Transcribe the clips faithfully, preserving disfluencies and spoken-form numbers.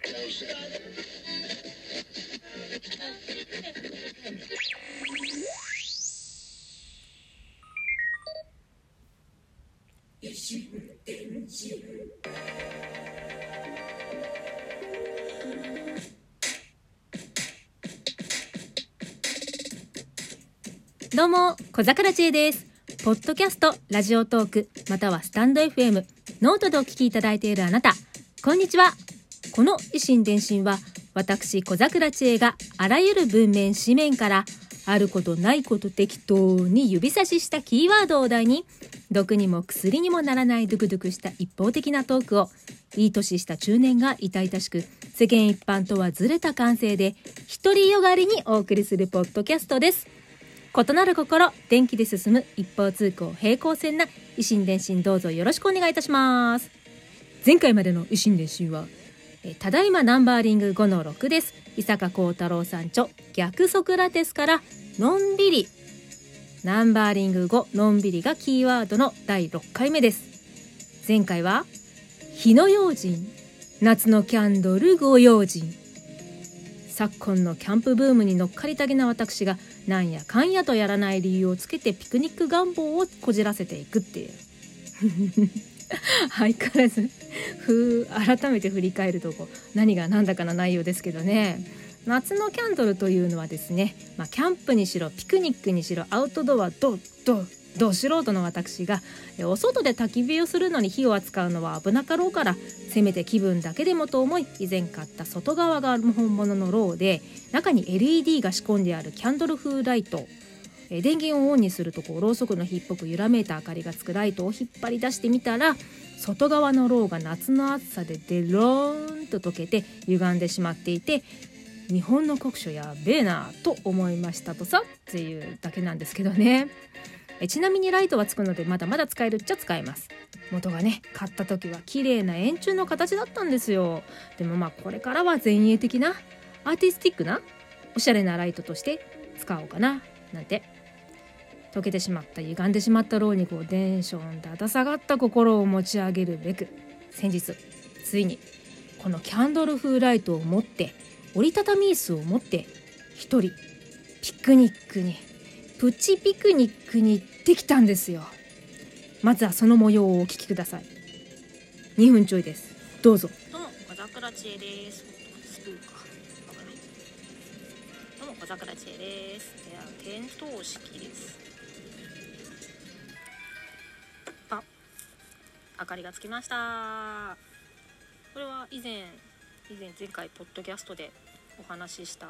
どうも、小桜知恵です。ポッドキャスト、ラジオトーク、またはスタンド エフエム、ノートでお聞きいただいているあなた、こんにちは。この以心伝心は、私小桜知恵があらゆる文面紙面からあることないこと適当に指差ししたキーワードを題に、毒にも薬にもならないドゥクドゥクした一方的なトークをいい年した中年が痛々しく世間一般とはずれた感性で独りよがりにお送りするポッドキャストです。異なる心、電気で進む一方通行平行線な以心伝心、どうぞよろしくお願いいたします。前回までの以心伝心はえただいまナンバーリング ごのろく です。伊坂幸太郎さん著逆ソクラテスからのんびり、ナンバーリングごのんびりがキーワードのだいろっかいめです。前回は火の用心、夏のキャンドルご用心。昨今のキャンプブームに乗っかりたげな私がなんやかんやとやらない理由をつけてピクニック願望をこじらせていくっていう相変わらずふ改めて振り返るとこ何が何だかな内容ですけどね。夏のキャンドルというのはですね、まあ、キャンプにしろピクニックにしろアウトドアどどど素人の私がお外で焚き火をするのに火を扱うのは危なかろうから、せめて気分だけでもと思い以前買った外側が本物のろうで中に エルイーディー が仕込んであるキャンドル風ライト、電源をオンにするとこうろうそくの火っぽく揺らめいた明かりがつくライトを引っ張り出してみたら、外側のろうが夏の暑さでデローンと溶けて歪んでしまっていて、日本の国書やべえなと思いましたとさっていうだけなんですけどね。えちなみにライトはつくのでまだまだ使えるっちゃ使えます。元がね買った時は綺麗な円柱の形だったんですよ。でもまあこれからは前衛的なアーティスティックなおしゃれなライトとして使おうかななんて。溶けてしまった歪んでしまったろうにこうテンションだだ下がった心を持ち上げるべく、先日ついにこのキャンドル風ライトを持って折りたたみ椅子を持って一人ピクニックにプチピクニックに行ってきたんですよ。まずはその模様をお聞きください。にふんちょいです。どうぞ。 どうも小桜知恵です。スプーかどうも小桜知恵です。では点灯式です。あ、明かりがつきました。これは以前以前前回ポッドキャストでお話しした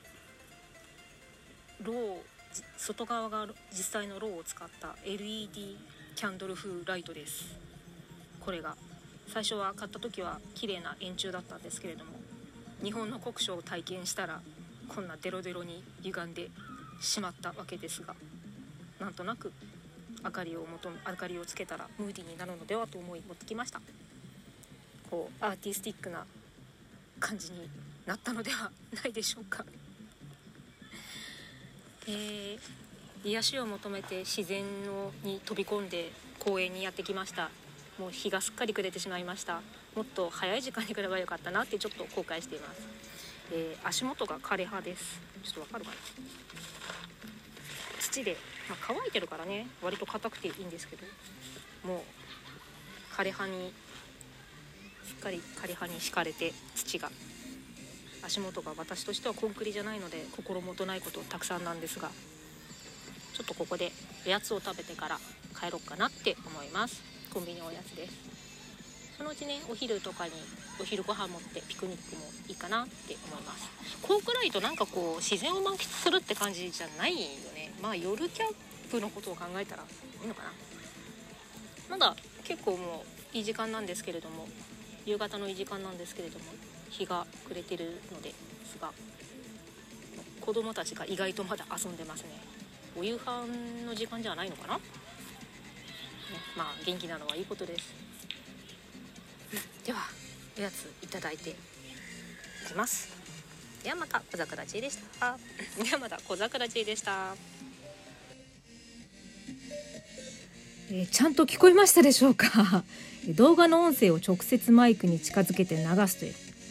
ろう、外側が実際のろうを使った エルイーディー キャンドル風ライトです。これが最初は買った時は綺麗な円柱だったんですけれども、日本の国書を体験したらこんなデロデロに歪んでしまったわけですが、なんとなく明かりを求め明かりをつけたらムーディーになるのではと思い持ってきました。こうアーティスティックな感じになったのではないでしょうか。えー、癒しを求めて自然のに飛び込んで公園にやってきました。もう日がすっかり暮れてしまいました。もっと早い時間に来ればよかったなってちょっと後悔しています。えー、足元が枯れ葉です。ちょっとわかるかな。土で、まあ、乾いてるからね割と硬くていいんですけど、もう枯れ葉にしっかり枯れ葉に敷かれて土が、足元が私としてはコンクリじゃないので心もとないことたくさんなんですが、ちょっとここでおやつを食べてから帰ろうかなって思います。コンビニおやつです。そのうちねお昼とかにお昼ご飯持ってピクニックもいいかなって思います。コークライトなんかこう自然を満喫するって感じじゃないよね。まあ夜キャンプのことを考えたらいいのかな。まだ結構もういい時間なんですけれども、夕方のいい時間なんですけれども日が暮れてるのですが、子供たちが意外とまだ遊んでますね。お夕飯の時間じゃないのかな、ね、まあ元気なのはいいことです。ではおやついただいていきます。ではまた小桜知恵でした。ではまた小桜知恵でした。 えー、ちゃんと聞こえましたでしょうか。動画の音声を直接マイクに近づけて流すという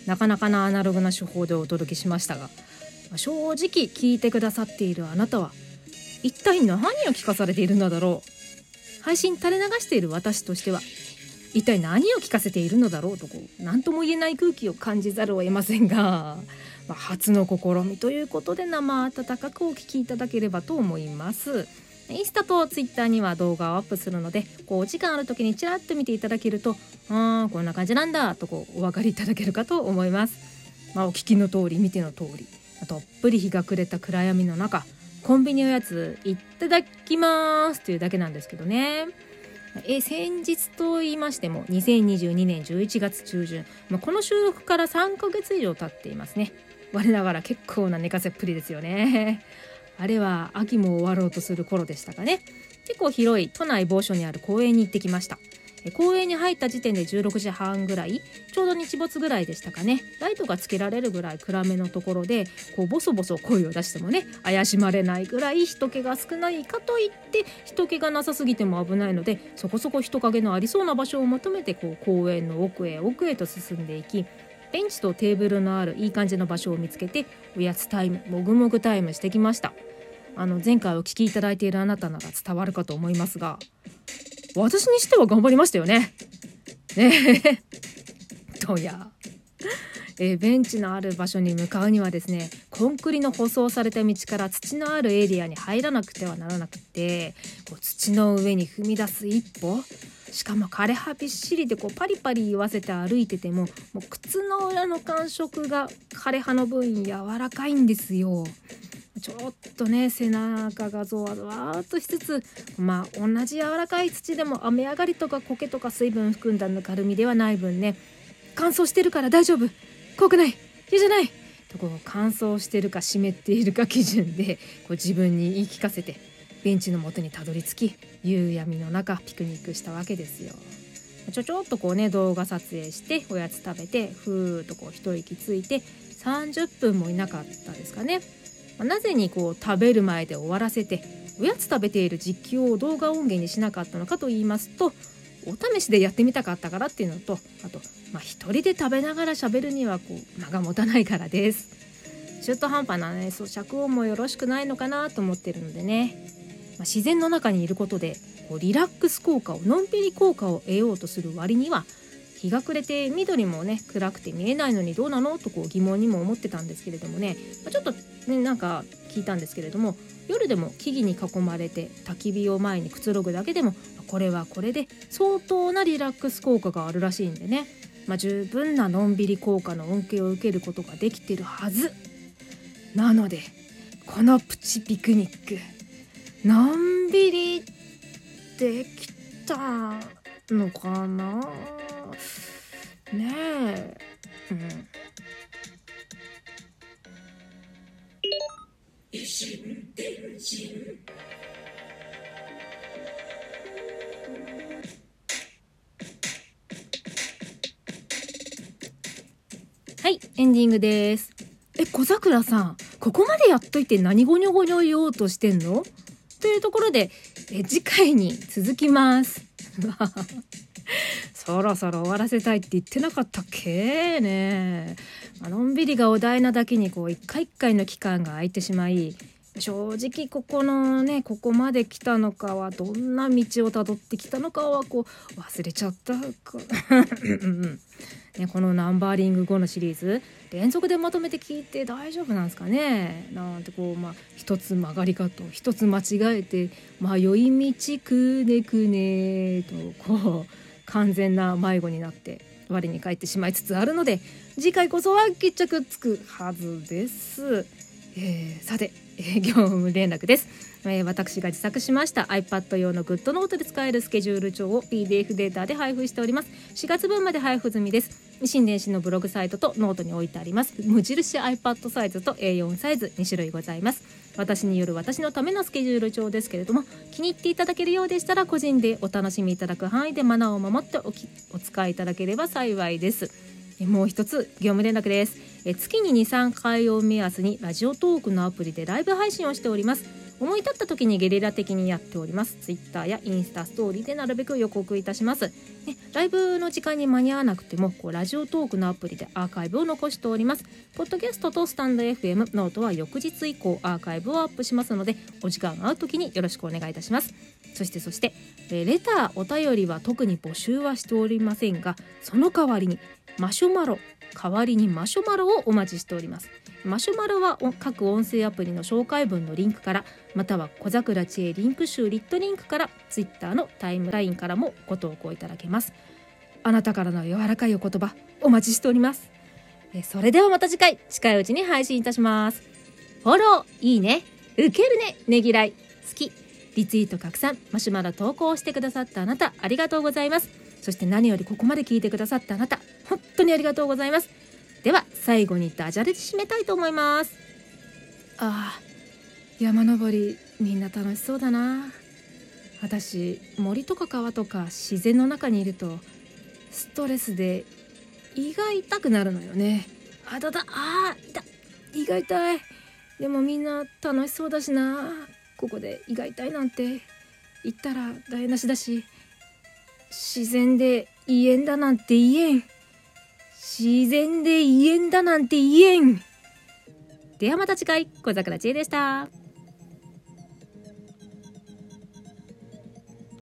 なかなかなアナログな手法でお届けしましたが、正直聞いてくださっているあなたは一体何を聞かされているのだろう。配信垂れ流している私としては一体何を聞かせているのだろうとこう何とも言えない空気を感じざるを得ませんが、まあ、初の試みということで生温かくお聞きいただければと思います。インスタとツイッターには動画をアップするので、こうお時間ある時にちらっと見ていただけると、あーこんな感じなんだとこうお分かりいただけるかと思います。まあ、お聞きの通り見ての通り、どっぷり日が暮れた暗闇の中、コンビニおやついただきますというだけなんですけどね。え先日と言いましてもにせんにじゅうにねんじゅういちがつちゅうじゅん、まあ、この収録からさんかげつ以上経っていますね。我ながら結構な寝かせっぷりですよね。あれは秋も終わろうとする頃でしたかね。結構広い都内某所にある公園に行ってきました。公園に入った時点でじゅうろくじはんぐらい、ちょうど日没ぐらいでしたかね。ライトがつけられるぐらい暗めのところで、こうボソボソ声を出してもね怪しまれないぐらい人気が少ないかといって、人気がなさすぎても危ないので、そこそこ人影のありそうな場所を求めてこう公園の奥へ奥へと進んでいき、ベンチとテーブルのあるいい感じの場所を見つけて、おやつタイム、もぐもぐタイムしてきました。あの前回お聞きいただいているあなたなら伝わるかと思いますが、私にしては頑張りましたよね。ねえどうや、えー、ベンチのある場所に向かうにはですね、コンクリの舗装された道から土のあるエリアに入らなくてはならなくて、こう土の上に踏み出す一歩、しかも枯れ葉びっしりでこうパリパリ言わせて歩いてても、もう靴の裏の感触が枯れ葉の分柔らかいんですよ。ちょっとね背中がゾワゾワーっとしつつ、まあ同じ柔らかい土でも雨上がりとか苔とか水分含んだぬかるみではない分ね、乾燥してるから大丈夫、怖くない、嫌じゃないとこう乾燥してるか湿っているか基準でこう自分に言い聞かせて、ベンチの元にたどり着き、夕闇の中ピクニックしたわけですよ。ちょちょっとこうね動画撮影しておやつ食べて、ふーっとこう一息ついてさんじゅっぷんもいなかったですかね。なぜにこう食べる前で終わらせておやつ食べている実況を動画音源にしなかったのかと言いますと、お試しでやってみたかったからっていうのと、あと、まあ、一人で食べながら喋るにはこう間が持たないからです。中途半端なね咀嚼音もよろしくないのかなと思ってるのでね、まあ、自然の中にいることでこうリラックス効果を、のんびり効果を得ようとする割には、日が暮れて緑もね暗くて見えないのにどうなのとこう疑問にも思ってたんですけれどもね、ちょっとねなんか聞いたんですけれども、夜でも木々に囲まれて焚き火を前にくつろぐだけでも、これはこれで相当なリラックス効果があるらしいんでね、まあ、十分なのんびり効果の恩恵を受けることができてるはずなので、このプチピクニックのんびりできたのかなねえ、うん、はい、エンディングです。え、小桜さん、ここまでやっといて何ゴニョゴニョ言おうとしてんのというところで、え次回に続きますそろそろ終わらせたいって言ってなかったっけね。まあのんびりがお題なだけにこう一回一回の期間が空いてしまい、正直ここのねここまで来たのかは、どんな道をたどってきたのかはこう忘れちゃったかね、このナンバーリングごのシリーズ連続でまとめて聞いて大丈夫なんですかね。なんてこう、まあ、一つ曲がり角一つ間違えて迷い道くねくねとこう完全な迷子になって我に返ってしまいつつあるので、次回こそは決着つくはずです。えー、さて、えー、業務連絡です。えー、私が自作しました iPad 用のグッドノートで使えるスケジュール帳を ピーディーエフ データで配布しております。しがつぶんまで配布済みです。新電子のブログサイトとノートに置いてあります。無印 iPad サイズと エーよん サイズにしゅるいございます。私による私のためのスケジュール帳ですけれども、気に入っていただけるようでしたら個人でお楽しみいただく範囲でマナーを守っておきお使いいただければ幸いです。もう一つ業務連絡です。え月に にさんかいを目安にラジオトークのアプリでライブ配信をしております。 思い立った時にゲリラ的にやっております。ツイッターやインスタストーリーでなるべく予告いたします、ね、ライブの時間に間に合わなくてもこうラジオトークのアプリでアーカイブを残しております。ポッドキャストとスタンド エフエム、 ノートは翌日以降アーカイブをアップしますので、お時間合う時によろしくお願いいたします。そしてそしてえレターお便りは特に募集はしておりませんが、その代わりにマシュマロ代わりにマシュマロをお待ちしております。マシュマロは各音声アプリの紹介文のリンクから、または小桜知恵リンク集リットリンクから、ツイッターのタイムラインからもご投稿いただけます。あなたからの柔らかいお言葉お待ちしております。えそれではまた次回近いうちに配信いたします。フォロー、いいね、ウケるね、ねぎらい、好き、リツイート拡散、マシュマロ投稿してくださったあなたありがとうございます。そして何よりここまで聞いてくださったあなた本当にありがとうございます。では最後にダジャレで締めたいと思います。ああ、山登りみんな楽しそうだな。私森とか川とか自然の中にいるとストレスで胃が痛くなるのよね。あだだあー痛胃が痛い。でもみんな楽しそうだしな。ここで胃が痛いなんて言ったら台無しだし、自然で胃炎だなんて言えん。自然で胃炎だなんて言えん。ではまた次回、小桜知恵でした。